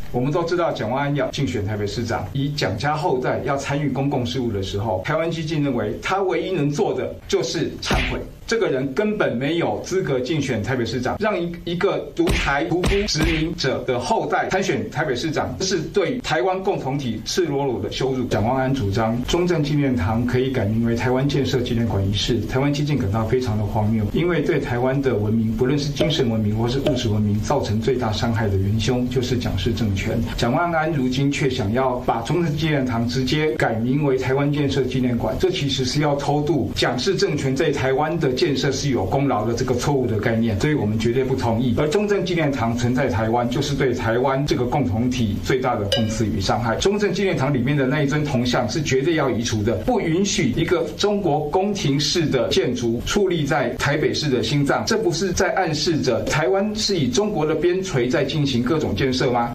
我们都知道蒋万安要竞选台北市长，以蒋家后代要参与公共事务的时候，台湾基金认为他唯一能做的就是忏悔。这个人根本没有资格竞选台北市长，让一个独裁屠夫殖民者的后代参选台北市长，这是对台湾共同体赤裸裸的羞辱。蒋万安主张中正纪念堂可以改名为台湾建设纪念馆一事，台湾基金感到非常的荒谬，因为对台湾的文明，不论是精神文明或是物质文明，造成最大伤害的元凶就是蒋氏政权。蒋万安如今却想要把中正纪念堂直接改名为台湾建设纪念馆，这其实是要偷渡蒋氏政权在台湾的建设是有功劳的这个错误的概念，所以我们绝对不同意。而中正纪念堂存在台湾，就是对台湾这个共同体最大的讽刺与伤害。中正纪念堂里面的那一尊铜像是绝对要移除的，不允许一个中国宫廷式的建筑矗立在台北市的心脏，这不是在暗示着台湾是以中国的边陲在进行各种建设吗？